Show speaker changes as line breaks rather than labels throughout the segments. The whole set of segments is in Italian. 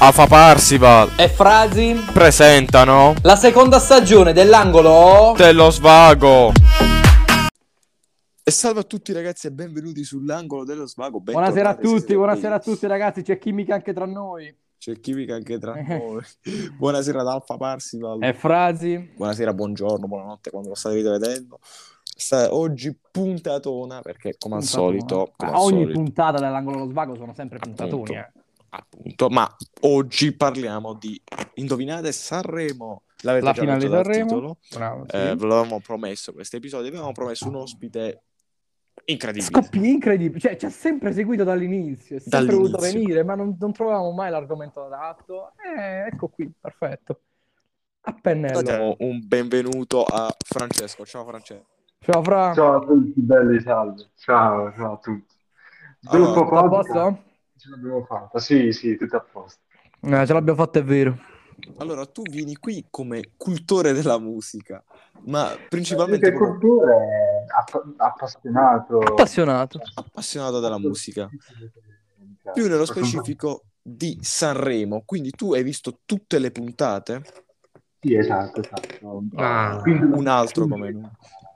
Afa Parsival
e Frasi
presentano
la seconda stagione dell'angolo
dello svago.
E salve a tutti ragazzi e benvenuti sull'angolo dello svago.
Buonasera a
Bentornati,
tutti, buonasera a tutti ragazzi, c'è chimica anche tra noi.
C'è chimica anche tra noi. Buonasera ad Alfa Parsival.
E Frasi.
Buonasera, buongiorno, buonanotte quando lo state vedendo. Oggi puntatona perché come al solito
ogni puntata dell'angolo dello svago sono sempre puntatoni.
Appunto, ma oggi parliamo di, indovinate, Sanremo. L'avete
La
già
finale
letto
di
dal
Sanremo.
titolo.
Bravo, sì.
Ve l'avevamo promesso questo episodio, avevamo promesso un ospite incredibile.
Scoppi incredibili, cioè ci ha sempre seguito dall'inizio, è sempre voluto
Dall'inizio.
venire, ma non trovavamo mai l'argomento adatto. Ecco qui, perfetto. A pennello.
Diamo un benvenuto a Francesco. Ciao Francesco.
Ciao Fra.
Ciao a tutti, belli, salve. Ciao a tutti.
Allora,
Sviluppo
tutto a
podcast,
posto?
ce l'abbiamo fatta. Sì, tutto a posto.
Ce l'abbiamo fatta, è vero.
Allora, tu vieni qui come cultore della musica, ma
Più
principalmente
che
proprio
cultore, appassionato.
appassionato della musica. Più nello specifico di Sanremo. Quindi tu hai visto tutte le puntate?
Sì, esatto.
Quindi un altro come noi.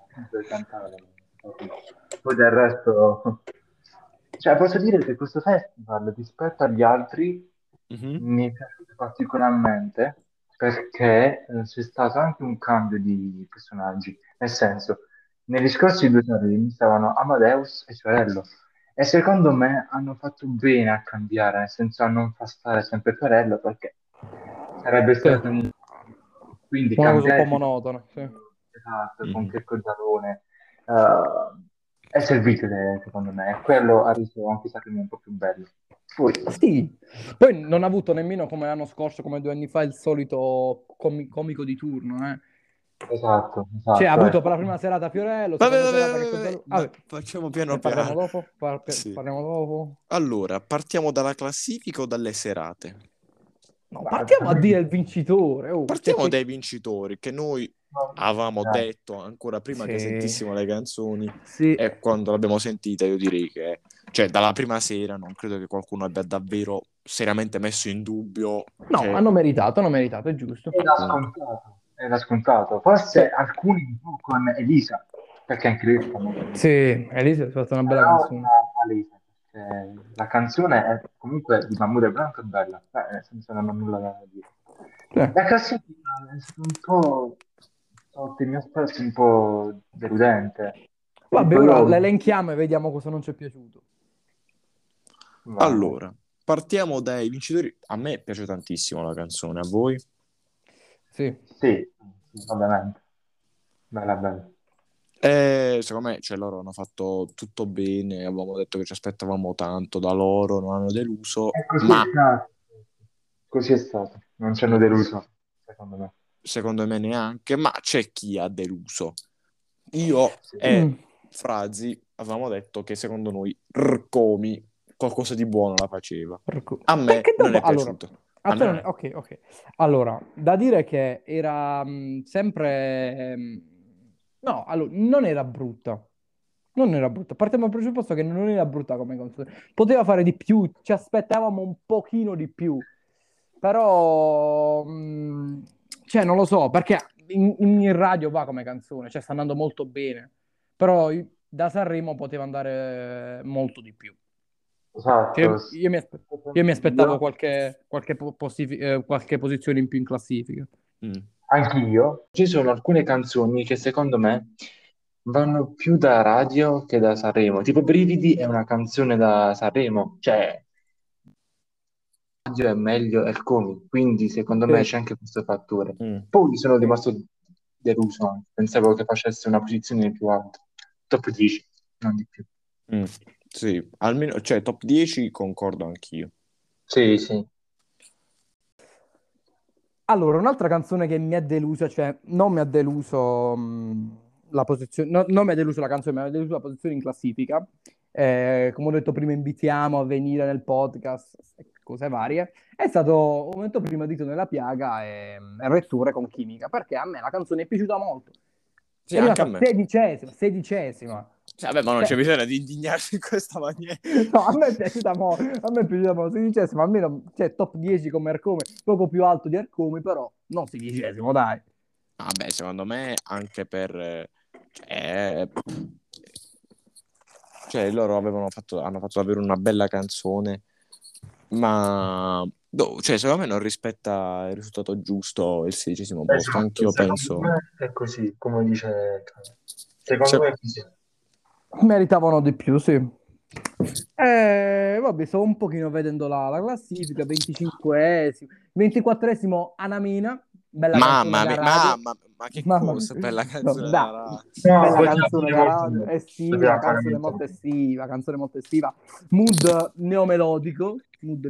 Poi del resto, cioè posso dire che questo festival rispetto agli altri mi è piaciuto particolarmente perché c'è stato anche un cambio di personaggi, nel senso, negli scorsi due Sanremo stavano Amadeus e Fiorello e secondo me hanno fatto bene a cambiare, nel senso a non far stare sempre Fiorello perché sarebbe stato quindi
una cosa un
cambiare
po' monotona, sì.
Esatto, con Checco Zalone è servito secondo me, e quello ha reso anche Sanremo un po' più bello.
Poi non ha avuto nemmeno come l'anno scorso, come 2 anni fa, il solito comico di turno.
Esatto.
Cioè ha avuto per la prima serata Fiorello,
Vabbè, facciamo piano
parliamo
piano.
dopo?
Sì.
Parliamo dopo?
Allora, partiamo dalla classifica o dalle serate?
No, partiamo a dire il vincitore.
Partiamo dai vincitori, che noi avevamo detto ancora prima che sentissimo le canzoni, e quando l'abbiamo sentita io direi che, cioè, dalla prima sera non credo che qualcuno abbia davvero seriamente messo in dubbio.
No, hanno meritato, è giusto.
Era scontato. Forse alcuni un po' con Elisa, perché anche lei fa molto.
Sì, Elisa è stata una bella canzone.
La canzone è comunque di Mahmood Blanco è bella, senza non ho nulla da dire. La classifica è stata un po' sotto i miei aspetti un po' deludente.
Vabbè, ora l'elenchiamo e vediamo cosa non ci è piaciuto.
Allora, partiamo dai vincitori. A me piace tantissimo la canzone, a voi?
Sì, ovviamente. Bella.
Secondo me, cioè, loro hanno fatto tutto bene, avevamo detto che ci aspettavamo tanto da loro, non hanno deluso,
così è stato, non ci hanno deluso, secondo me.
Secondo me neanche, ma c'è chi ha deluso. Io e Frazi avevamo detto che secondo noi Rcomi qualcosa di buono la faceva. A me non è piaciuto.
Ok. Allora, da dire che era sempre... no, allora, non era brutta. Partiamo dal presupposto che non era brutta come canzone. Poteva fare di più, ci aspettavamo un pochino di più. Però... cioè, non lo so, perché in radio va come canzone, cioè sta andando molto bene. Però da Sanremo poteva andare molto di più.
Esatto.
Io mi aspettavo qualche posizione in più in classifica.
Anch'io. Ci sono alcune canzoni che secondo me vanno più da radio che da Sanremo. Tipo Brividi è una canzone da Sanremo, cioè radio è meglio è il comico, quindi secondo me c'è anche questo fattore. Poi sono rimasto deluso, pensavo che facesse una posizione più alta, top 10, non di più.
Sì, almeno, cioè top 10 concordo anch'io.
Sì.
Allora, un'altra canzone che mi ha deluso, cioè non mi ha deluso la posizione, non mi ha deluso la canzone, mi ha deluso la posizione in classifica. Come ho detto prima, invitiamo a venire nel podcast, cose varie. È stato un momento prima dito nella piaga e Retture con Chimica, perché a me la canzone è piaciuta molto.
Sì, anche a me.
Sedicesima.
Cioè, vabbè, ma non c'è bisogno di indignarsi in questa maniera.
No, a me è piaciuta mo' sedicesimo, almeno cioè, top 10 come Arcome, poco più alto di Arcome, però non sedicesimo, dai.
Vabbè, secondo me anche per... Cioè, loro hanno fatto davvero una bella canzone, ma cioè, secondo me non rispetta il risultato giusto il 16° posto.
Esatto,
Anch'io penso.
secondo me è così, come dice. Secondo
Se-
me è così.
Meritavano di più, sì. Vabbè, sto un pochino vedendo la classifica, 25esimo, 24esimo Anamina, bella canzone
Mamma
da
mia,
radio.
ma che
Mamma
cosa, bella
no,
canzone
dai,
da
No,
bella
poteva
canzone
fare
da
molto
radio,
meglio.
estiva,
Poteva fare molto
canzone molto estiva, mood neomelodico,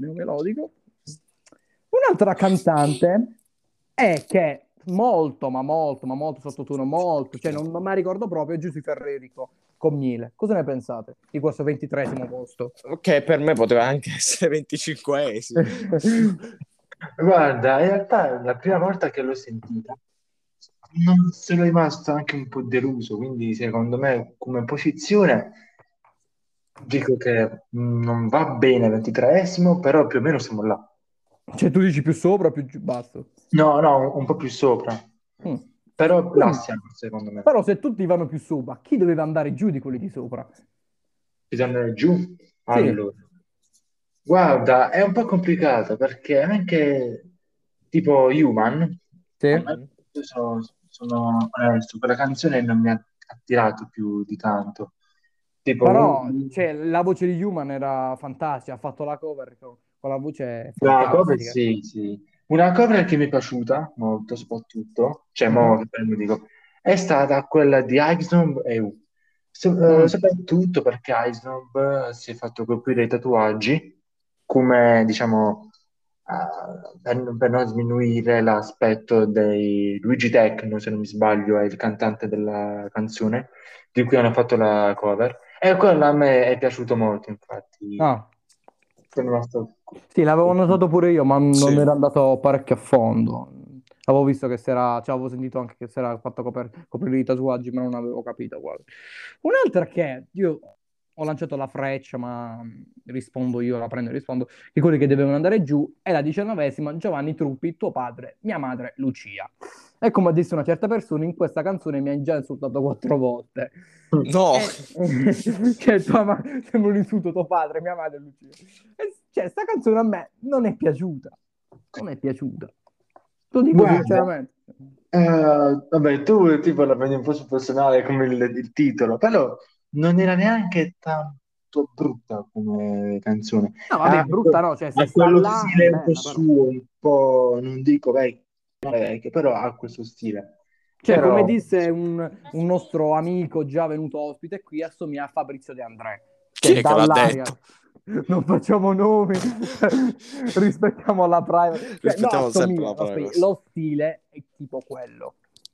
Un'altra cantante è che molto, ma molto sottotono, molto, cioè non me la ricordo proprio, è Giusy Ferrerico con Miele. Cosa ne pensate di questo 23esimo posto?
Ok, per me poteva anche essere 25esimo.
Guarda, in realtà è la prima volta che l'ho sentita non sono rimasto anche un po' deluso, quindi secondo me come posizione dico che non va bene 23esimo, però più o meno siamo là.
Cioè tu dici più sopra o più giù, basso?
No, no, un po' più sopra,
Mm.
però là
Quindi,
siamo secondo me.
però se tutti vanno più sopra, chi doveva andare giù di quelli di sopra?
Bisogna giù.
Sì,
Allora, guarda, è un po' complicato perché anche tipo Human, a
sì.
me sono onesto, quella canzone non mi ha attirato più di tanto. Tipo,
Però cioè, la voce di Human era fantastica, ha fatto la cover con la voce
la cover
fantastica.
sì, sì. Una cover che mi è piaciuta molto, soprattutto, cioè, mo,
Mhm.
che prendo, dico, è stata quella di Aiznomb EU.
Mm.
Soprattutto perché Aiznomb si è fatto coprire i tatuaggi come, diciamo, per non sminuire l'aspetto dei Luigi Techno, se non mi sbaglio, è il cantante della canzone, di cui hanno fatto la cover. E quello a me è piaciuto molto, infatti.
Ah,
Sono rimasto.
sì, l'avevo notato pure io, ma non
Sì.
ero andato parecchio a fondo. Avevo visto che si era, cioè, avevo sentito anche che si era fatto coprire i tatuaggi, ma non avevo capito quale. Un'altra che io ho lanciato la freccia, ma rispondo io, la prendo e rispondo, che quelli che dovevano andare giù è la 19esima, Giovanni Truppi, tuo padre, mia madre, Lucia. E come ha detto una certa persona, in questa canzone mi hai già insultato 4 volte.
No,
Cioè, sembra un insulto tuo padre, mia madre, Lucia. Cioè, sta canzone a me non è piaciuta. Non è piaciuta. Lo dico
Guarda,
sinceramente.
vabbè, tu tipo la prendi un po' sul personale come il titolo, però non era neanche tanto brutta come canzone.
No, vabbè, brutta no, cioè, se
Ha
sta
quello
là è
stile un po'
bella, però.
suo, un po', non dico vecchio, non è vecchio, però ha questo stile.
Cioè, come
Però,
disse un nostro amico già venuto ospite qui, assomiglia a Fabrizio De André.
chi
Cioè,
è che l'ha
dall'aria.
detto?
Non facciamo nomi, rispettiamo la privacy. Cioè, no,
Rispettiamo sempre
assomiglia,
la privacy.
lo stile è tipo quello.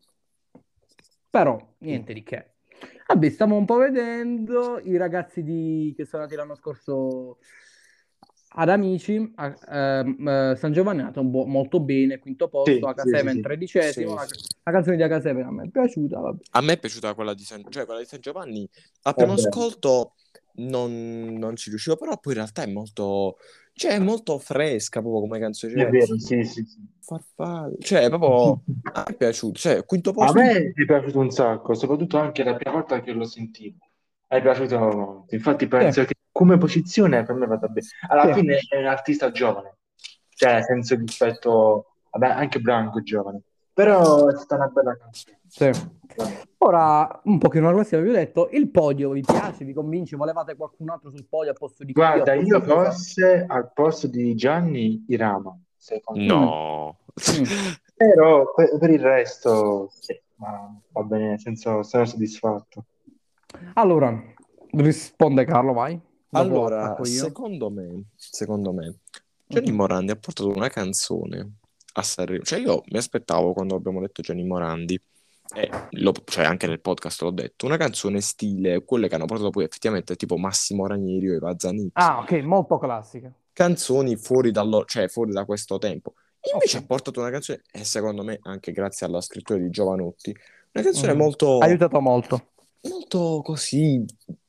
Però, niente di che. Vabbè, stiamo un po' vedendo i ragazzi che sono andati l'anno scorso ad Amici, San Giovanni è andato molto bene, quinto posto,
sì, sì, sì,
H7
sì.
13esimo,
Sì.
la canzone di H7 a me è piaciuta, vabbè.
A me è piaciuta quella di quella di San Giovanni. Al primo
Vabbè.
ascolto non ci riuscivo, però poi in realtà è molto, cioè, è molto fresca proprio come canzone.
È
Cioè,
vero, sì, sì, sì.
farfalle, cioè, proprio a me è piaciuto. Cioè, quinto
A
posto.
me è piaciuto un sacco, soprattutto anche la prima volta che l'ho sentito. È piaciuto molto. Infatti
Sì,
penso che come posizione per me vada bene. Alla
sì.
fine è un artista giovane, cioè senza rispetto, vabbè, anche Branco è giovane. Però è stata una bella canzone.
Sì. Ora, un pochino la classifica, vi ho detto, il podio vi piace, vi convince? Volevate qualcun altro sul podio a posto di chi, a
Guarda,
posto
io
di cosa?
forse al posto di Gianni Irama, secondo me.
Mm,
No.
mm.
Però per il resto, sì, ma va bene, sono soddisfatto.
Allora, risponde Carlo, vai. Dopo
Allora,
attacco io.
secondo me, Gianni
Mhm.
Morandi ha portato una canzone a Sanremo. Cioè, io mi aspettavo quando abbiamo detto Gianni Morandi, cioè anche nel podcast l'ho detto, una canzone stile quelle che hanno portato poi effettivamente tipo Massimo Ranieri o i Vazanix.
Ah, ok, molto classica.
Canzoni cioè fuori da questo tempo. Invece
Ok.
ha portato una canzone, e secondo me anche grazie alla scrittura di Giovanotti, una canzone
Mhm. Ha
molto
aiutato molto.
molto così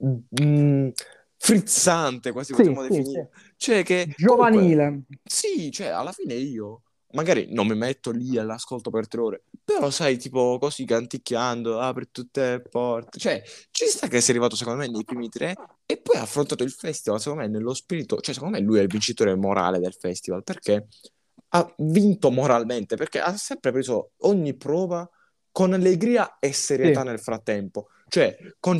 frizzante, quasi
Sì,
potremmo
sì,
definire.
sì.
Cioè che comunque,
Giovanile.
sì, cioè alla fine io magari non mi metto lì all'ascolto per 3 ore, però sai, tipo così canticchiando, apri tutte le porte. Cioè, ci sta che sei arrivato secondo me nei primi tre e poi ha affrontato il festival, secondo me, nello spirito, cioè secondo me lui è il vincitore morale del festival, perché ha vinto moralmente, perché ha sempre preso ogni prova con allegria e serietà
Sì.
nel frattempo. Cioè,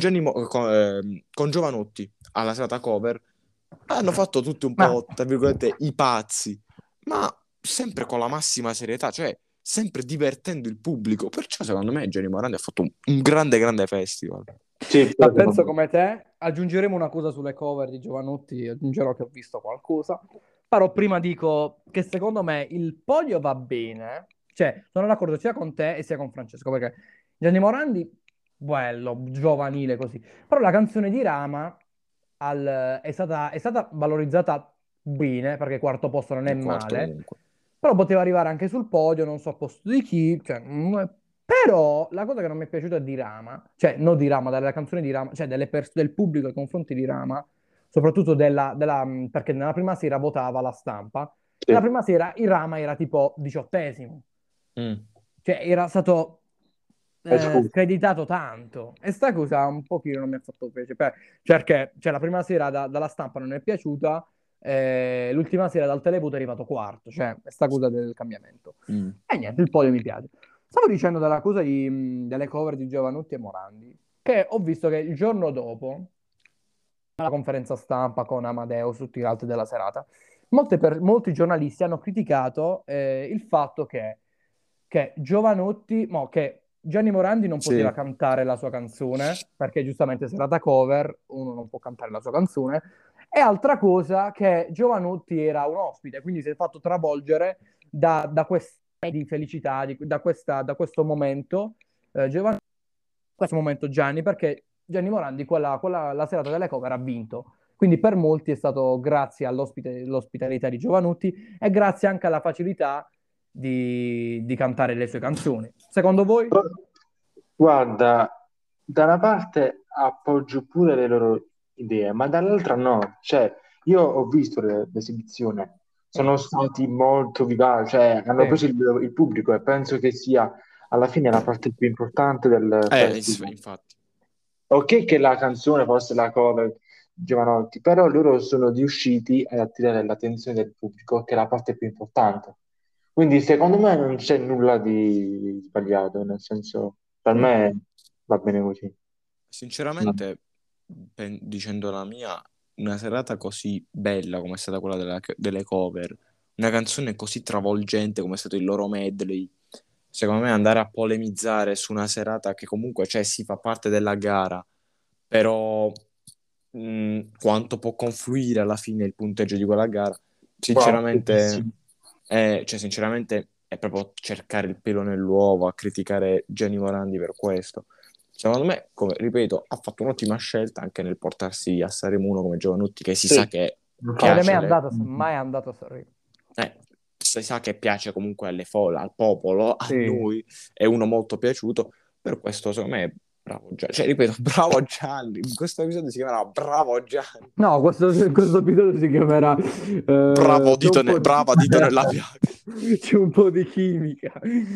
con Giovanotti alla serata cover hanno fatto tutti un
Ma
po', tra virgolette, i pazzi, ma sempre con la massima serietà, cioè sempre divertendo il pubblico. Perciò, secondo me, Gianni Morandi ha fatto un grande, grande festival.
Sì,
Ma
pure
penso
secondo me.
come te, aggiungeremo una cosa sulle cover di Giovanotti, aggiungerò che ho visto qualcosa, però prima dico che secondo me il podio va bene, cioè sono d'accordo sia con te e sia con Francesco, perché Gianni Morandi, bello, giovanile così, però la canzone di Rama è stata valorizzata bene, perché quarto posto non è
Il quarto,
male,
comunque.
però poteva arrivare anche sul podio, non so a posto di chi, cioè, però la cosa che non mi è piaciuta di Rama, cioè non di Rama, dalla canzone di Rama, cioè del pubblico nei confronti di Rama, soprattutto perché nella prima sera votava la stampa, nella
Sì,
prima sera il Rama era tipo 18esimo,
Mm.
cioè era stato
scusa.
screditato tanto e sta cosa un pochino non mi ha fatto piacere, perché cioè, la prima sera dalla stampa non è piaciuta, l'ultima sera dal televoto è arrivato quarto, cioè sta cosa del cambiamento.
Mm.
E niente, il podio mi piace. Stavo dicendo della cosa delle cover di Giovanotti e Morandi, che ho visto che il giorno dopo, alla conferenza stampa con Amadeus, tutti gli altri della serata, molti giornalisti hanno criticato il fatto che Giovanotti, che Gianni Morandi non poteva
Sì,
cantare la sua canzone, perché giustamente serata cover, uno non può cantare la sua canzone, e altra cosa che Giovanotti era un ospite, quindi si è fatto travolgere da questa di felicità, da questo momento, Giovanni, questo momento Gianni, perché Gianni Morandi la serata delle cover ha vinto. Quindi per molti è stato grazie all'ospitalità di Giovanotti e grazie anche alla facilità di cantare le sue canzoni. Secondo voi?
Guarda, da una parte appoggio pure le loro idee, ma dall'altra no. Cioè, io ho visto l'esibizione,
Mm,
sono stati molto vivaci, cioè hanno
sì.
preso il pubblico e penso che sia alla fine la parte più importante del festival.
infatti.
Ok che la canzone fosse la cover di Giovanotti, però loro sono riusciti ad attirare l'attenzione del pubblico, che è la parte più importante. Quindi secondo me non c'è nulla di sbagliato, nel senso, per
Mm.
me va bene così. No.
Sinceramente, dicendo la mia, una serata così bella come è stata quella delle cover, una canzone così travolgente come è stato il loro medley, secondo me andare a polemizzare su una serata che comunque, cioè, si fa parte della gara, però quanto può confluire alla fine il punteggio di quella gara,
Wow,
sinceramente,
pochissimo.
sinceramente è proprio cercare il pelo nell'uovo, a criticare Gianni Morandi per questo. Secondo me, come ripeto, ha fatto un'ottima scelta anche nel portarsi a Sanremo 1 come Giovanotti, che si sa
Sì,
che
Secondo me è
piace,
infatti.
andato, mai è andato a Sanremo.
si sa che piace comunque alle folle, al popolo, a
Sì.
noi, è uno molto piaciuto, per questo secondo me bravo Gianni, cioè ripeto, bravo Gianni, in questo episodio si chiamerà Bravo Gianni,
No, questo episodio si chiamerà c'è un po' di...
brava dito nella piaga.
c'è un po' di chimica.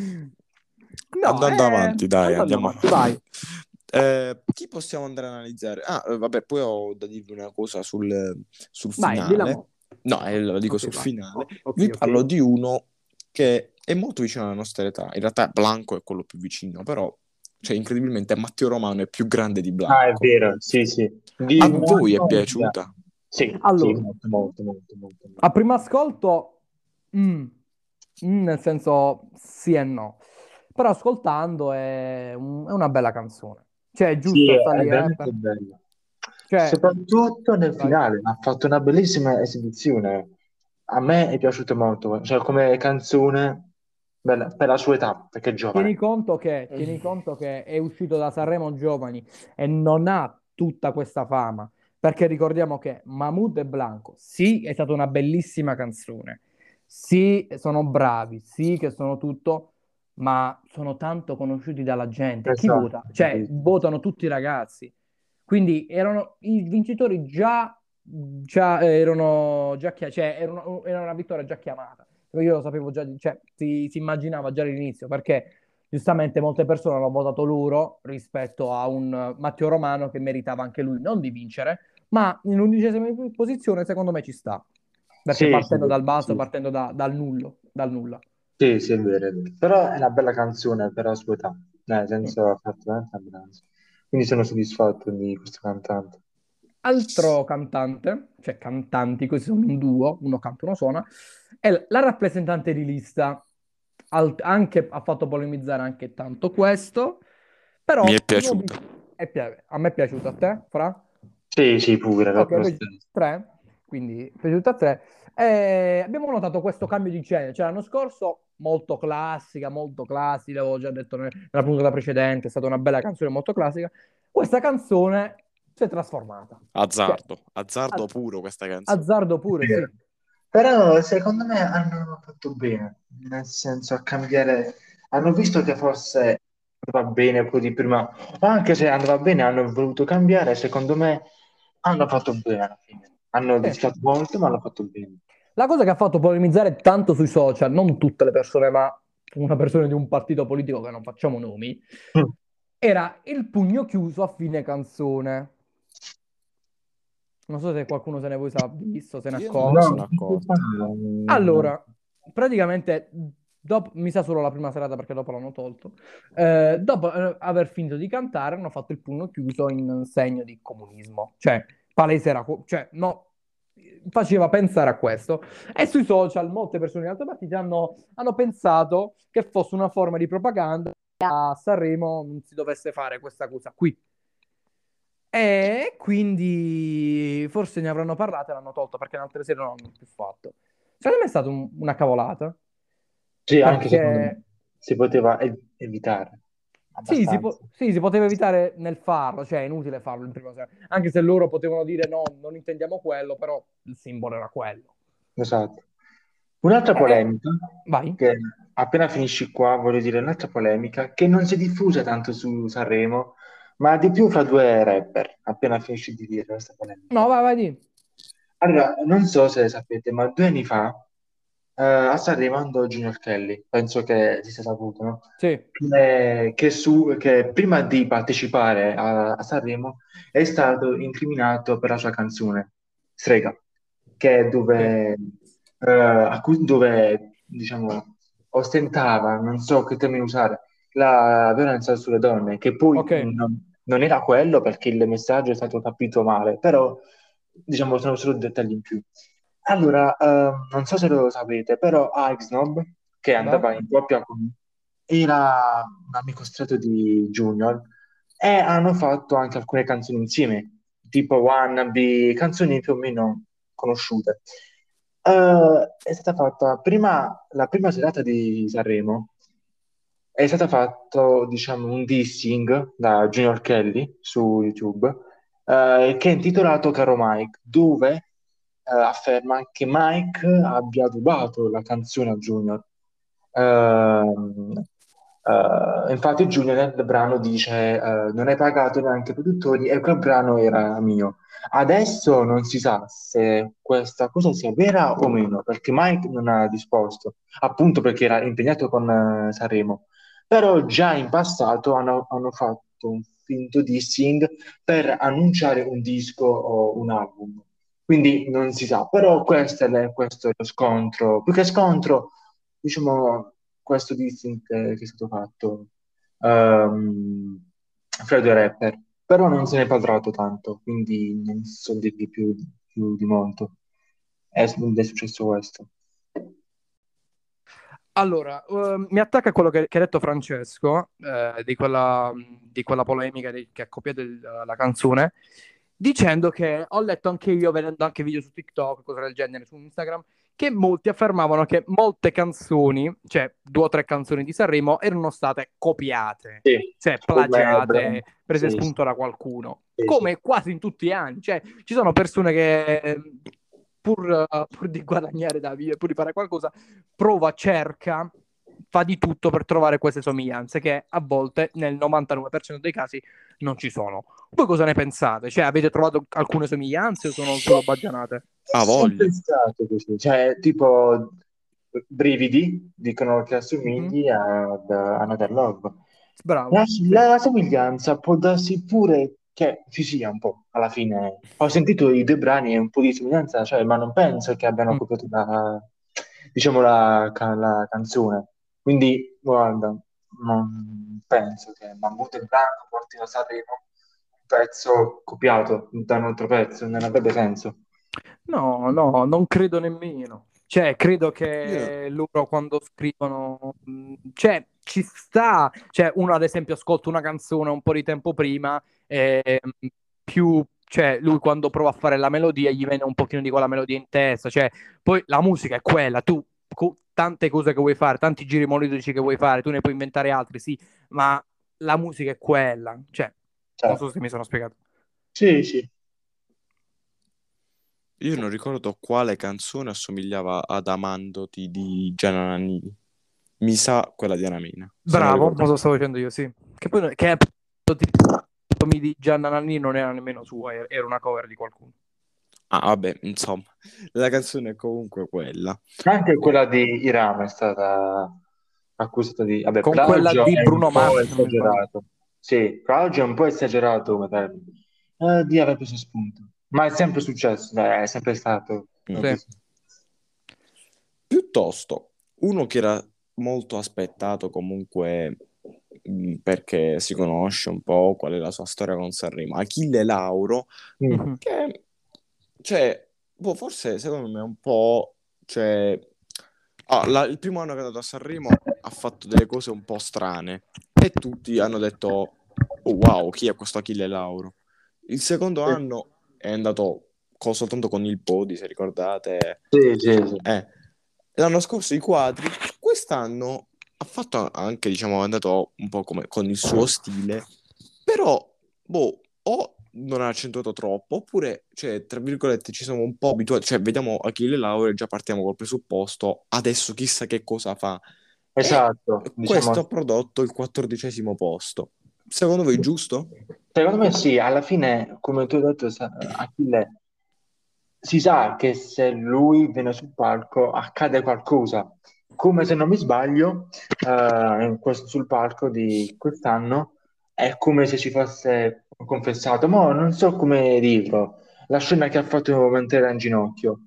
No,
Andando avanti, dai,
andando
andiamo
avanti,
avanti.
vai.
Chi possiamo andare a analizzare? Vabbè, poi ho da dirvi una cosa sul
Vai, di
finale.
mo.
No, lo dico
Ok,
sul
vai.
finale.
Ok,
Vi
ok.
parlo di uno che è molto vicino alla nostra età. In realtà Blanco è quello più vicino, però, cioè, incredibilmente Matteo Romano è più grande di
Ah, è
Blanco.
vero, sì, sì.
A
Di
voi è
molto,
piaciuta?
sì, sì,
Allora,
molto, molto, molto, molto, molto.
a primo ascolto, mm, nel senso sì e no. Però ascoltando è una bella canzone. Cioè, è
Sì,
giusto, sta
è
lì,
veramente bello.
Cioè,
Soprattutto nel
vai.
finale, ha fatto una bellissima esibizione. A me è piaciuto molto, cioè come canzone bella, per la sua età, perché è
Tieni
giovane.
conto che, tieni conto che è uscito da Sanremo Giovani e non ha tutta questa fama, perché ricordiamo che Mahmood e Blanco, sì, è stata una bellissima canzone, sì, sono bravi, sì, che sono tutto, ma sono tanto conosciuti dalla gente. Chi
Esatto.
vota? Cioè, votano tutti i ragazzi. Quindi erano i vincitori erano già cioè, era una vittoria già chiamata. Però io lo sapevo già, cioè, si immaginava già all'inizio, perché giustamente molte persone hanno votato loro rispetto a un Matteo Romano che meritava anche lui non di vincere, ma in 11ª posizione secondo me ci sta. Perché
Sì, sì,
partendo dal basso,
sì.
partendo dal nulla.
Sì, sì, è vero, è vero. Però è una bella canzone per la sua età. Nel
Mm.
senso, ha fatto veramente una bella canzone. Quindi sono soddisfatto di questo cantante.
Altro cantante, cioè cantanti, questi sono un duo, uno canta, uno suona, è la rappresentante di lista. Anche, ha fatto polemizzare anche tanto questo,
Mi è
però
piaciuta.
a me è piaciuto, a te, Fra?
Sì, sì, pure,
Ok, è
lo
piaciuto
stesso.
a tre, quindi è piaciuto a tre. Abbiamo notato questo cambio di genere, cioè l'anno scorso molto classica, l'avevo già detto nella puntata precedente, è stata una bella canzone molto classica. Questa canzone si è trasformata, cioè,
Azzardo
a-
puro questa canzone.
azzardo pure, sì.
Vero. Però secondo me hanno fatto bene, nel senso a cambiare, hanno visto che forse andava bene quello di prima, ma anche se andava bene hanno voluto cambiare, secondo me hanno fatto bene alla fine. Hanno
Sì.
rischiato molto, ma hanno fatto bene.
La cosa che ha fatto polemizzare tanto sui social, non tutte le persone, ma una persona di un partito politico che non facciamo nomi,
Mm.
era il pugno chiuso a fine canzone. Non so se qualcuno se ne vuoi sa visto, se ne è
Io non me
accorto.
sono
No, di che
accorto.
parlo?
Allora, praticamente, mi sa solo la prima serata perché dopo l'hanno tolto. Dopo aver finito di cantare, hanno fatto il pugno chiuso in segno di comunismo. Cioè, palese era, cioè, no, faceva pensare a questo. E sui social molte persone di altri partiti hanno pensato che fosse una forma di propaganda e a Sanremo non si dovesse fare questa cosa qui. E quindi forse ne avranno parlato e l'hanno tolto perché in altre serie non l'hanno più fatto. Secondo me è stata una cavolata
Sì, anche secondo me
perché
si poteva evitare abbastanza.
sì, si poteva evitare nel farlo, cioè è inutile farlo in prima serie, anche se loro potevano dire no, non intendiamo quello, però il simbolo era quello.
Esatto. Un'altra
Eh,
polemica,
vai.
che appena finisci qua, voglio dire un'altra polemica, che non si è diffusa tanto su Sanremo, ma di più fra due rapper, appena finisci di dire questa
No,
polemica.
vai, di.
Allora, non so se sapete, ma 2 anni fa a Sanremo andò Junior Kelly, penso che si sia saputo, no?
Sì,
Che prima di partecipare a Sanremo è stato incriminato per la sua canzone, Strega, che è
sì.
dove, diciamo, ostentava, non so che termine usare, la violenza sulle donne, che poi
Ok,
non era quello perché il messaggio è stato capito male, però, diciamo, sono solo dettagli in più. Allora, non so se lo sapete, però Snob, che
va.
andava in coppia con... era un amico stretto di Junior e hanno fatto anche alcune canzoni insieme, tipo Wannabe, canzoni più o meno conosciute. È stata fatta prima, la prima serata di Sanremo, è stato fatto, diciamo, un dissing da Junior Kelly su YouTube, che è intitolato Caro Mike, dove afferma che Mike abbia rubato la canzone a Junior. Infatti Junior nel brano dice non hai pagato neanche i produttori e quel brano era mio. Adesso non si sa se questa cosa sia vera o meno, perché Mike non ha risposto, appunto perché era impegnato con Sanremo. Però già in passato hanno fatto un finto dissing per annunciare un disco o un album. Quindi non si sa, però questo è lo scontro, più che scontro, diciamo, questo dissing che è stato fatto fra i due rapper. Però non se ne è parlato tanto, quindi non so dirvi più di molto. È successo questo.
Allora, mi attacca a quello che ha detto Francesco, di quella polemica che ha copiato la canzone, dicendo che ho letto anche io, vedendo anche video su TikTok, cose del genere, su Instagram, che molti affermavano che molte canzoni, cioè 2 o 3 canzoni di Sanremo, erano state copiate,
Sì,
cioè
come bravo.
plagiate, prese
Sì,
spunto da qualcuno,
sì, sì.
come quasi in tutti gli anni. Cioè, ci sono persone che pur di guadagnare da vivere, pur di fare qualcosa, cerca fa di tutto per trovare queste somiglianze che a volte, nel 99% dei casi, non ci sono. Voi cosa ne pensate? Cioè, avete trovato alcune somiglianze o sono solo baggianate?
Ah, voglia.
Sempre stato così, cioè tipo brividi dicono che assomigli ad Another Love.
Bravo.
La somiglianza può darsi pure che ci sia un po' alla fine. Ho sentito i due brani e un po' di somiglianza, cioè, ma non penso che abbiano copiato diciamo la canzone. Quindi, guarda, non penso che Mahmood e Blanco portino a Sanremo un pezzo copiato da un altro pezzo, non avrebbe senso.
No, non credo nemmeno. Cioè, credo che loro quando scrivono, cioè, ci sta. Cioè, uno ad esempio ascolta una canzone un po' di tempo prima, cioè, lui quando prova a fare la melodia gli viene un pochino di quella melodia in testa. Cioè, poi la musica è quella, tu tante cose che vuoi fare, tanti giri melodici che vuoi fare, tu ne puoi inventare altri, sì, ma la musica è quella. Cioè, non so se mi sono spiegato.
Sì, sì.
Io non ricordo quale canzone assomigliava ad Amandoti di Gianna Nannini. Mi sa quella di Anamina.
Bravo, lo stavo dicendo io, sì. Che poi che di Gianna Nannini non era nemmeno sua, era una cover di qualcuno.
Ah, vabbè, insomma, la canzone è comunque quella.
Anche quella di Irama è stata accusata di... Vabbè,
con quella di Bruno Mars,
esagerato. Sì, plagio è un po' esagerato come termine. Di aver preso spunto. Ma è sempre successo, è sempre stato.
Sì.
Piuttosto, uno che era molto aspettato comunque perché si conosce un po' qual è la sua storia con Sanremo, Achille Lauro, che cioè, forse secondo me un po', cioè, il primo anno che è andato a Sanremo ha fatto delle cose un po' strane e tutti hanno detto, oh wow, chi è questo Achille Lauro? Il secondo anno è andato soltanto con il Body, se ricordate.
Sì.
L'anno scorso i quadri, quest'anno ha fatto anche, diciamo, è andato un po' come con il suo stile, però, o non ha accentuato troppo, oppure, cioè, tra virgolette, ci siamo un po' abituati, cioè, vediamo Achille Lauro e già partiamo col presupposto, adesso chissà che cosa fa.
Esatto.
E questo ha prodotto il 14° posto. Secondo voi giusto?
Secondo me sì, alla fine, come tu hai detto, Achille, si sa che se lui viene sul palco accade qualcosa. Come se non mi sbaglio, sul palco di quest'anno è come se ci fosse confessato, ma non so come dirlo, la scena che ha fatto mentre era in ginocchio.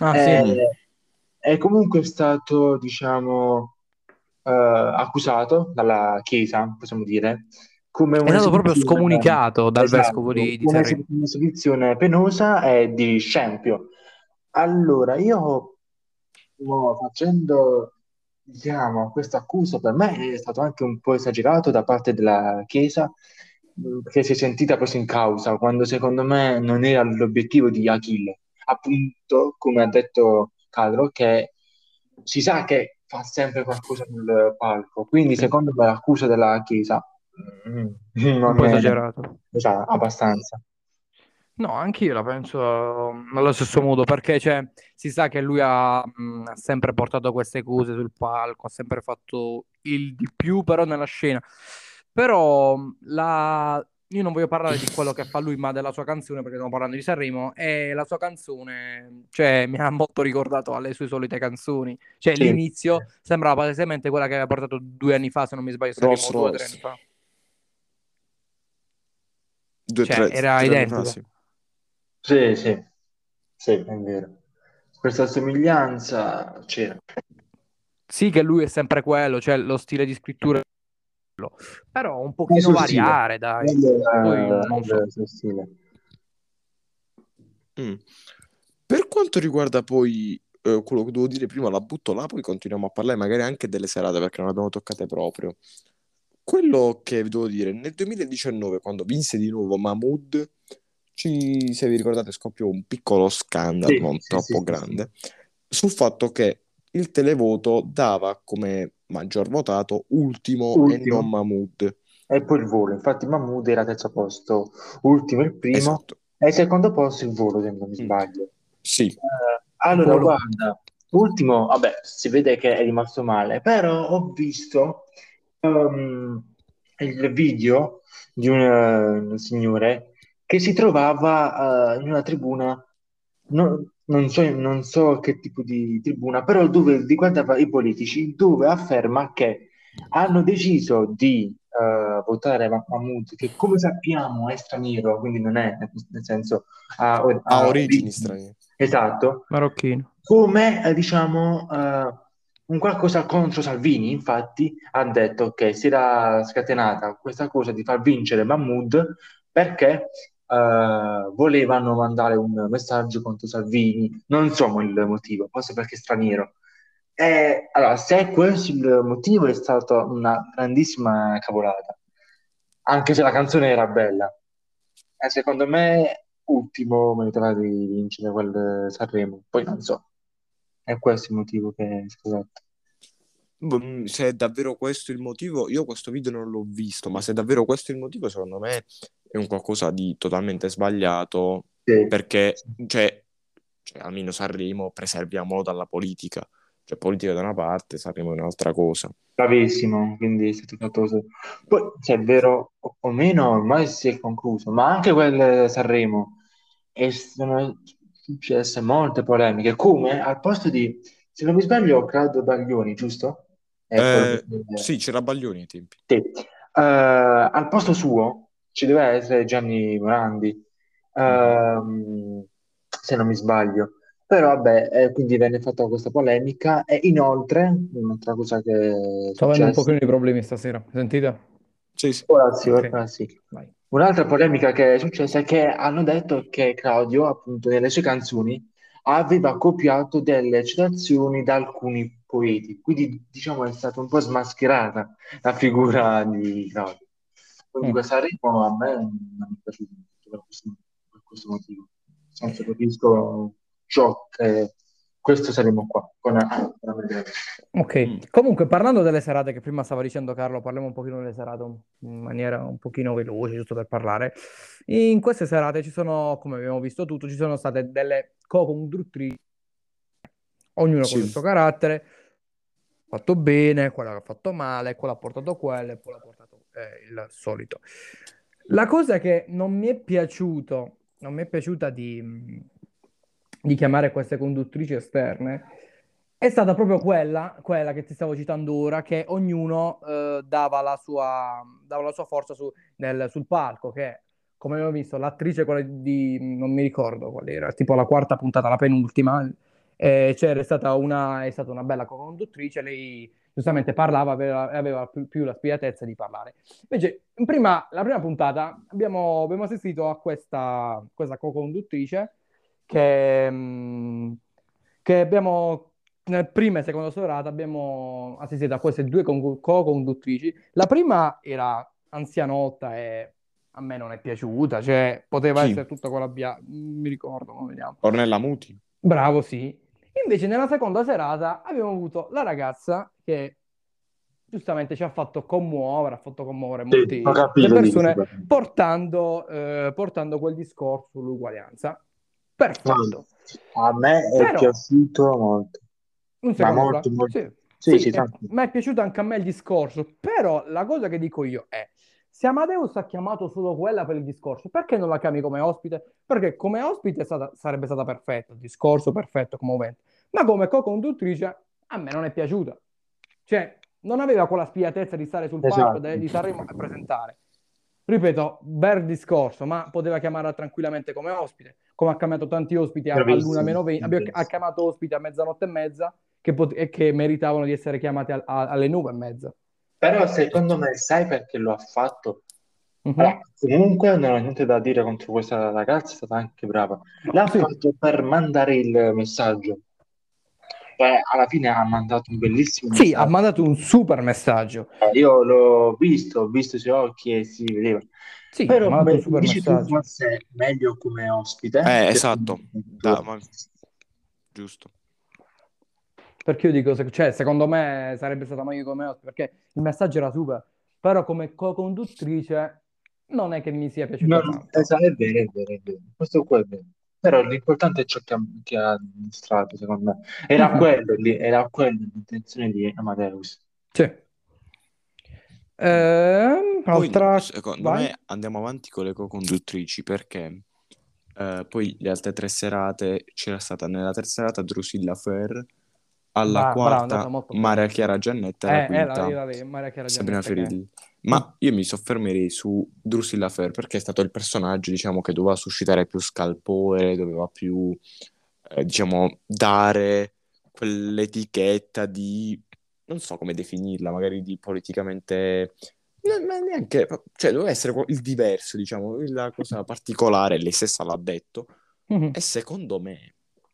È comunque stato, diciamo, accusato dalla Chiesa, possiamo dire, come
è stato proprio scomunicato dal vescovo di Sanremo.
un'esibizione penosa e di scempio. Allora, io facendo, diciamo, questo accusa per me è stato anche un po' esagerato da parte della Chiesa, che si è sentita presa in causa, quando secondo me non era l'obiettivo di Achille. Appunto, come ha detto Carlo, che si sa che fa sempre qualcosa sul palco, quindi secondo me l'accusa della Chiesa
un
non
po'
è
esagerato.
abbastanza.
No, anch'io la penso allo stesso modo, perché si sa che lui ha sempre portato queste cose sul palco, ha sempre fatto il di più, però nella scena. Però io non voglio parlare di quello che fa lui, ma della sua canzone, perché stiamo parlando di Sanremo, e la sua canzone, mi ha molto ricordato alle sue solite canzoni. Cioè,
Sì.
l'inizio sembrava palesemente quella che aveva portato 2 anni fa, se non mi sbaglio, Sanremo, 2 o 3 anni fa. Era identico.
Sì, è vero. Questa somiglianza c'era.
Sì, che lui è sempre quello, cioè lo stile di scrittura è quello, però un pochino variare, dai. Poi non so.
Stile.
Per quanto riguarda poi quello che devo dire prima, la butto là, poi continuiamo a parlare magari anche delle serate perché non abbiamo toccate proprio. Quello che devo dire, nel 2019, quando vinse di nuovo Mahmood, se vi ricordate, scoppiò un piccolo scandalo, non troppo grande, sul fatto che il televoto dava come maggior votato ultimo. E non Mahmood.
E poi il volo, infatti Mahmood era terzo posto, ultimo il primo,
esatto.
e il secondo posto il volo, se non mi sbaglio.
Sì.
Allora, guarda, Ultimo, vabbè, si vede che è rimasto male, però ho visto il video di un signore che si trovava in una tribuna, non so che tipo di tribuna, però dove riguardava i politici, dove afferma che hanno deciso di votare Mahmood, che come sappiamo è straniero, quindi non è, nel senso,
Ha
ha
origini
origini.
strane.
Esatto,
Marocchino.
come diciamo un qualcosa contro Salvini. Infatti ha detto che si era scatenata questa cosa di far vincere Mahmood perché volevano mandare un messaggio contro Salvini, non so il motivo, forse perché è straniero. E, allora, se questo il motivo, è stata una grandissima cavolata, anche se la canzone era bella. E secondo me, ultimo meritava di vincere quel Sanremo. Poi non so, è questo il motivo che è scusato.
Se è davvero questo il motivo, io questo video non l'ho visto, ma se è davvero questo il motivo, secondo me è un qualcosa di totalmente sbagliato,
Sì,
perché, cioè, almeno Sanremo preserviamolo dalla politica, cioè politica da una parte, Sanremo è un'altra cosa.
bravissimo, quindi è stato fatto così. Poi, se è vero o meno, ormai si è concluso, ma anche quel Sanremo sono successe molte polemiche, come al posto di, se non mi sbaglio, Claudio Baglioni, giusto? È quello
Sì, c'era Baglioni ai tempi.
sì. Al posto suo ci deve essere Gianni Morandi, se non mi sbaglio. Però vabbè, quindi venne fatta questa polemica e inoltre un'altra cosa che è
Sto avendo un
successa,
pochino di problemi stasera. Sentite?
Sì, sì.
ora sì,
Ok,
ora sì.
vai.
Un'altra polemica che è successa è che hanno detto che Claudio, appunto, nelle sue canzoni aveva copiato delle citazioni da alcuni poeti, quindi diciamo è stata un po' smascherata la figura di Claudio. Quindi
Mm.
questa rima a me non mi è piaciuta per questo motivo. Nel senso, capisco ciò che questo saremo qua con Amedeo.
Ok, comunque parlando delle serate che prima stava dicendo Carlo, parliamo un pochino delle serate in maniera un pochino veloce, giusto per parlare. In queste serate ci sono, come abbiamo visto tutto, ci sono state delle co-conduttrici, ognuno con il suo
Sì.
carattere, fatto bene, quella che ha fatto male, quella ha portato quello e quello ha portato il solito. La cosa che non mi è piaciuto, non mi è piaciuta di chiamare queste conduttrici esterne è stata proprio quella che ti stavo citando ora, che ognuno dava la sua forza sul palco, che come abbiamo visto, l'attrice, quella di, non mi ricordo qual era, tipo la quarta puntata, la penultima, è stata una bella co-conduttrice, lei giustamente parlava, aveva più la spigliatezza di parlare. Invece, la prima puntata abbiamo assistito a questa co-conduttrice che abbiamo, nel prima e seconda serata, abbiamo assistito a queste due co-conduttrici. La prima era anzianotta e a me non è piaciuta, cioè poteva
Chi?
essere tutta quella non mi ricordo, come vediamo.
Ornella Muti?
Bravo, sì. Invece nella seconda serata abbiamo avuto la ragazza che giustamente ci ha fatto commuovere
Sì, ho
molte
capito di questo.
persone portando quel discorso sull'uguaglianza.
No,
Perfetto.
a me è
Però,
piaciuto molto,
un
ma
secondo,
molto,
Fra.
molto.
Sì,
Sì,
sì,
sì, tanto.
mi è piaciuto anche a me il discorso, però la cosa che dico io è, se Amadeus ha chiamato solo quella per il discorso, perché non la chiami come ospite? Perché come ospite sarebbe stata perfetta, il discorso perfetto come evento, ma come co-conduttrice a me non è piaciuta. Cioè, non aveva quella spigliatezza di stare sul palco
Esatto,
di Sanremo a presentare. Ripeto, bel discorso, ma poteva chiamarla tranquillamente come ospite, come ha chiamato tanti ospiti all'una
bravissimo,
meno 20, ha
bravissimo.
chiamato ospiti a mezzanotte e mezza e che meritavano di essere chiamati alle 9:30.
Però secondo me sai perché lo ha fatto?
Mhm.
Allora, comunque non ho niente da dire contro questa ragazza, è stata anche brava.
No,
L'ha
sì,
fatto per mandare il messaggio. Cioè, alla fine ha mandato un bellissimo
sì, ha
messaggio.
mandato un super messaggio.
Io l'ho visto, ho visto i suoi occhi e si vedeva.
Sì, ha
Però,
mandato un
come
super
dici tu,
messaggio.
forse è meglio come ospite.
Esatto. Giusto.
Perché io dico, cioè, secondo me sarebbe stata meglio come ospite, perché il messaggio era super, però come co-conduttrice non è che mi sia piaciuta tanto.
Esatto, è vero, è vero, è vero. Questo qua è vero. però l'importante è ciò che ha dimostrato, secondo me. Era quello lì, era quella l'intenzione di Amadeus.
Sì.
Poi,
Altra...
secondo
Vai.
me, andiamo avanti con le co-conduttrici perché poi le altre 3 serate c'era stata nella terza serata Drusilla Fer, alla
Bravo, è andata
quarta
molto bene.
Maria Chiara Giannetta e alla quinta
era lei, Maria Chiara
Sabrina
Giannetta che...
Ferilli. Ma io mi soffermerei su Drusilla Fer perché è stato il personaggio, diciamo, che doveva suscitare più scalpore, doveva più, diciamo, dare quell'etichetta di, non so come definirla, magari di politicamente, ma neanche, cioè doveva essere il diverso, diciamo, la cosa particolare, lei stessa l'ha detto, e secondo me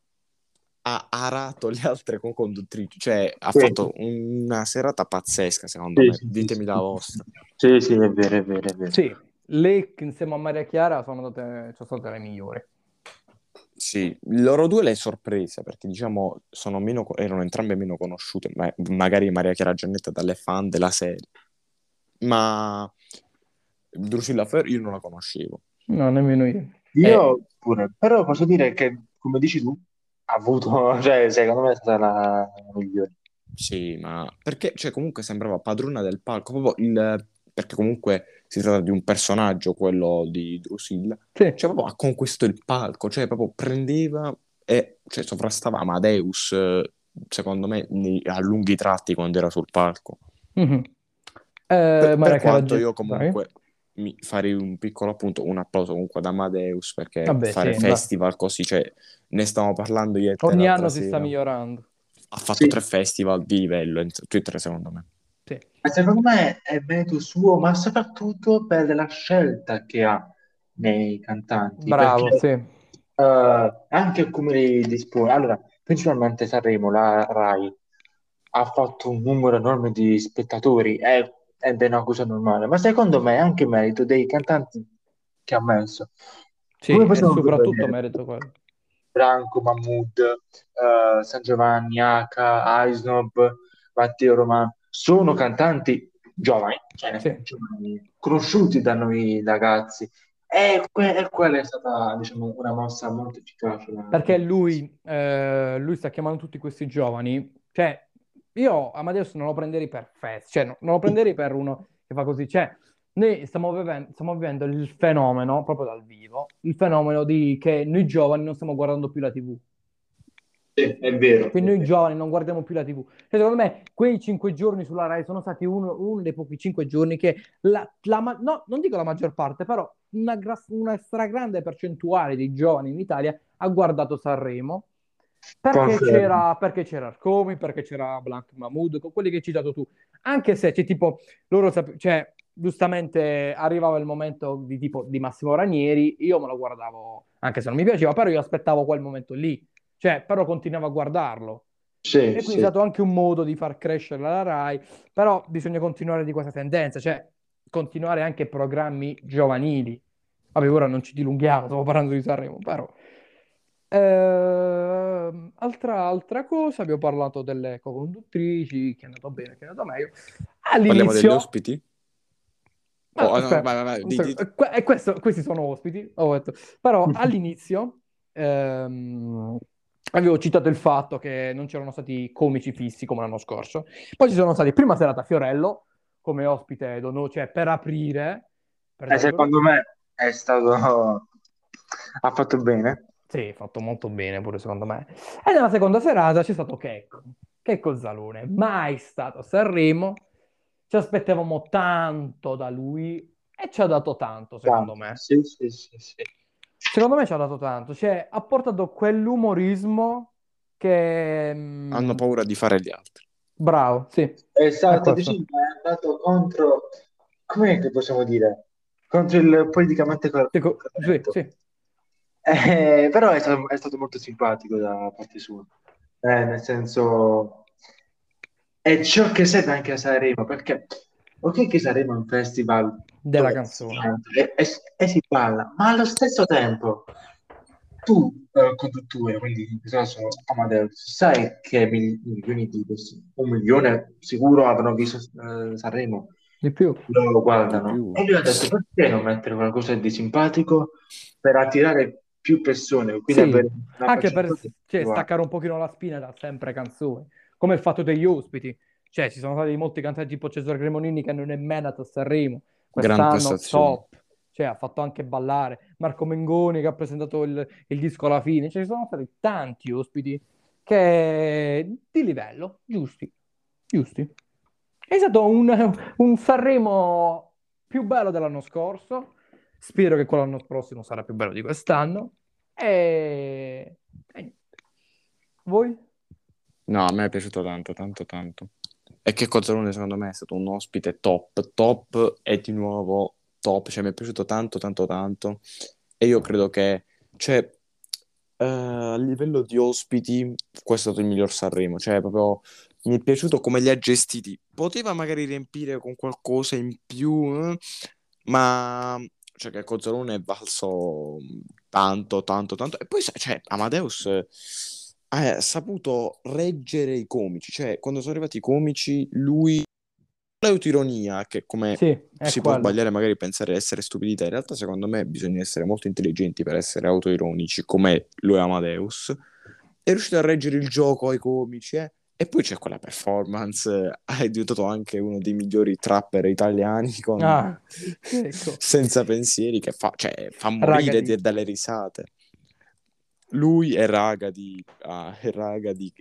ha arato le altre co-conduttrici, cioè ha
Sì,
fatto una serata pazzesca, secondo
sì,
me.
sì, sì,
Ditemi
sì,
la
sì.
vostra.
Sì, sì, è vero, è vero, è vero.
Sì, lei insieme a Maria Chiara sono state le migliori.
Sì, loro due le sorprese, perché diciamo erano entrambe meno conosciute, magari Maria Chiara Giannetta dalle fan della serie, ma Drusilla Fer io non la conoscevo.
No, nemmeno io.
Io pure, però posso dire che, come dici tu, ha avuto, cioè, secondo me è stata la migliore.
Sì, ma perché, cioè, comunque sembrava padrona del palco, perché comunque si tratta di un personaggio, quello di Drusilla,
Sì.
cioè proprio ha conquistato il palco, cioè proprio prendeva e cioè, sovrastava Amadeus, secondo me, a lunghi tratti quando era sul palco.
Mm-hmm.
Per
Maria Chiara
quanto io
vai.
comunque mi farei un piccolo appunto, un applauso comunque ad Amadeus, perché
Vabbè,
fare
sì,
festival così, cioè, ne stavamo parlando ieri e te
ogni
l'altra
anno si sta
sera,
migliorando.
ha fatto
Sì.
3 festival di livello, tutti e 3 secondo me.
Sì.
Ma secondo me è merito suo, ma soprattutto per la scelta che ha nei cantanti.
Bravo,
Perché
sì.
anche come li dispone. Allora, principalmente Sanremo, la Rai, ha fatto un numero enorme di spettatori ed è una cosa normale, ma secondo me è anche merito dei cantanti che ha messo.
Sì,
Come
è
possiamo
soprattutto
vedere?
merito quello.
Branco, Mahmood, San Giovanni, Aka, Aisnob, Matteo Romano, sono cantanti giovani, cioè
Sì.
giovani, conosciuti da noi ragazzi. E quella è stata, diciamo, una mossa molto efficace.
Perché lui sta chiamando tutti questi giovani. Cioè, io Amadeus non lo prenderei per fest, cioè non lo prenderei per uno che fa così. Cioè, noi stiamo vivendo il fenomeno, proprio dal vivo, il fenomeno di che noi giovani non stiamo guardando più la TV.
Sì, è vero.
Che noi giovani non guardiamo più la TV. Cioè, secondo me quei 5 giorni sulla Rai sono stati uno dei pochi 5 giorni che no, non dico la maggior parte, però una stragrande percentuale dei giovani in Italia ha guardato Sanremo
Confermo.
perché c'era Arcomi, perché c'era Blanc Mahmood, con quelli che hai citato tu. Anche se c'è tipo loro cioè, giustamente arrivava il momento di tipo di Massimo Ranieri, io me lo guardavo, anche se non mi piaceva, però io aspettavo quel momento lì. Cioè, però continuavo a guardarlo.
Sì,
E quindi
sì.
è stato anche un modo di far crescere la Rai, però bisogna continuare di questa tendenza, cioè continuare anche programmi giovanili. Vabbè, ora non ci dilunghiamo, stiamo parlando di Sanremo, però. Altra cosa, abbiamo parlato delle co-conduttrici, che è andato bene, che è andato meglio.
Parliamo degli
All'inizio...
ospiti?
No,
No,
aspetta,
vai.
questi sono ospiti, ho detto. Però all'inizio avevo citato il fatto che non c'erano stati comici fissi come l'anno scorso. Poi ci sono stati prima serata Fiorello come ospite cioè per aprire.
Secondo me è stato... ha fatto bene.
Sì, fatto molto bene pure secondo me. E nella seconda serata c'è stato Checco Zalone, mai stato a Sanremo. Ci aspettavamo tanto da lui e ci ha dato tanto, secondo me.
Sì, sì, sì, sì.
Secondo me ci ha dato tanto, cioè ha portato quell'umorismo che...
Hanno paura di fare gli altri.
Bravo, sì.
Esatto,
questo.
diciamo, è andato contro, come che possiamo dire? Contro il politicamente corretto.
Sì.
Però è stato molto simpatico da parte sua. Nel senso, è ciò che serve anche a Sanremo, perché ok che Sanremo è un festival
Della
dove
canzone.
e si balla, ma allo stesso tempo tu, conduttore, quindi in questo caso Amadeus, sai che milioni di persone, 1 milione sicuro avranno visto Sanremo,
Di più.
lo
Di
guardano.
più.
E lui ha detto, perché non mettere qualcosa di simpatico per attirare più persone, quindi avere una
anche per
percentuale
staccare un pochino la spina da sempre canzoni, come il fatto degli ospiti. Cioè, ci sono stati molti cantanti tipo Cesare Cremonini che non è menato a Sanremo,
Grandi
quest'anno
prestazioni.
top, cioè ha fatto anche ballare. Marco Mengoni che ha presentato il disco alla fine, cioè ci sono stati tanti ospiti che di livello, giusti, giusti. È stato un Sanremo più bello dell'anno scorso, spero che quello l'anno prossimo sarà più bello di quest'anno, e niente. Voi?
No, a me è piaciuto tanto, tanto, tanto. E che Cozzolone secondo me è stato un ospite top, top e di nuovo top, cioè mi è piaciuto tanto, tanto, tanto. E io credo che, cioè, a livello di ospiti, questo è stato il miglior Sanremo, cioè proprio mi è piaciuto come li ha gestiti. Poteva magari riempire con qualcosa in più, ma cioè che Cozzolone è valso tanto, tanto, tanto. E poi, cioè, Amadeus ha saputo reggere i comici, cioè quando sono arrivati i comici, lui l'autironia, che come
Sì, è
si può
quello.
sbagliare magari pensare di essere stupidità, in realtà secondo me bisogna essere molto intelligenti per essere autoironici, come lo è Amadeus, è riuscito a reggere il gioco ai comici, eh? E poi c'è quella performance, è diventato anche uno dei migliori trapper italiani con
Ah, ecco.
senza pensieri, che fa, cioè, fa morire
Ragazzi,
dalle risate. Lui e Raga di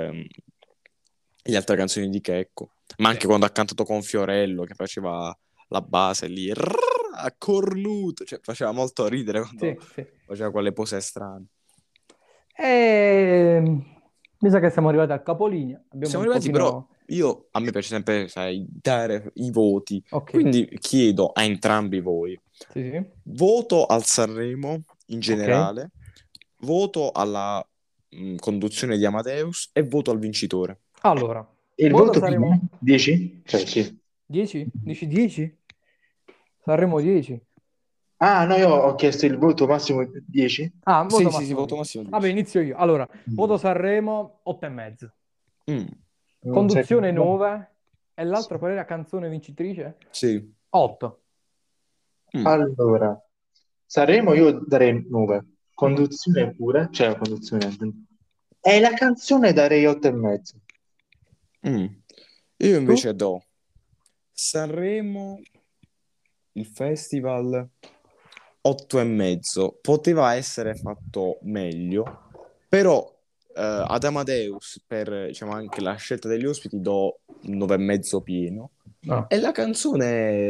le altre canzoni di Checco, ma anche
sì,
quando ha cantato con Fiorello che faceva la base lì, a cornuto, cioè faceva molto ridere quando
sì, sì.
faceva quelle pose strane.
E mi sa che siamo arrivati al capolinea. Abbiamo
Siamo
un
arrivati però,
pochino...
a me piace sempre, sai, dare i voti,
Ok,
quindi chiedo a entrambi voi,
sì, sì.
voto al Sanremo in
Ok.
generale, voto alla conduzione di Amadeus e voto al vincitore.
Allora,
E il
voto
voto fine?
saremo
10? Cioè, sì.
10? Dici 10? Saremo 10?
Ah, no, io ho chiesto il voto massimo 10.
Ah,
Sì,
voto
sì, sì,
massimo
voto
10.
massimo
Vabbè,
10.
inizio io. Allora, voto
Mm.
Sanremo 8 e mezzo.
Mm,
Conduzione
Secondo
9. E
sì.
l'altra qual era canzone vincitrice?
sì.
8.
Mm,
Allora, Sanremo io darei 9.
Mm.
Conduzione pure, cioè conduzione. E la canzone darei 8 e mezzo.
mm. Io
Tu?
invece do Sanremo, il festival 8 e mezzo. Poteva essere fatto meglio, però ad Amadeus, per diciamo, anche la scelta degli ospiti, do 9 e mezzo pieno.
No.
E la canzone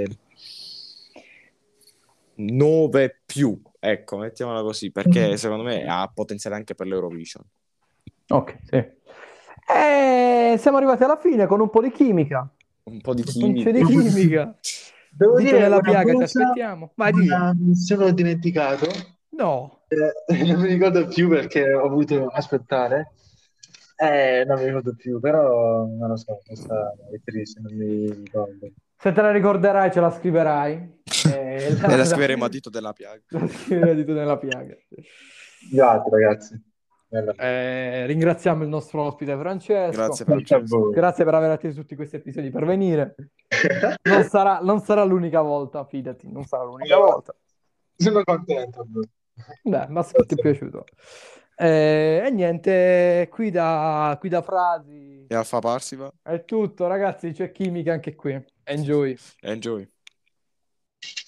9 più, ecco, mettiamola così, perché secondo me ha potenziale anche per l'Eurovision.
Ok, sì. E siamo arrivati alla fine con un po' di chimica.
Un po' di
Un punce di
chimica.
chimica.
Devo
Dito
dire
nella
una
piaga, ti
cosa,
aspettiamo. Vai, di.
ma mi sono dimenticato.
No.
Non mi ricordo più perché ho avuto aspettare. Non mi ricordo più, però non lo so, questa è triste, non mi ricordo.
Se te la ricorderai, ce la scriverai.
E la scriveremo a dito della piaga.
La scriverai dito nella piaga.
Grazie ragazzi. Bella.
Ringraziamo il nostro ospite
Grazie
Francesco.
Grazie a
Francesco.
voi.
Grazie per aver atteso tutti questi episodi per venire. Non sarà l'unica volta, fidati, non sarà l'unica volta.
Sono contento.
Beh, ma se ti è
Grazie.
piaciuto. E niente, qui da Frasi
E Alfa Parsiva.
è tutto, ragazzi. C'è chimica anche qui. Enjoy.
Enjoy.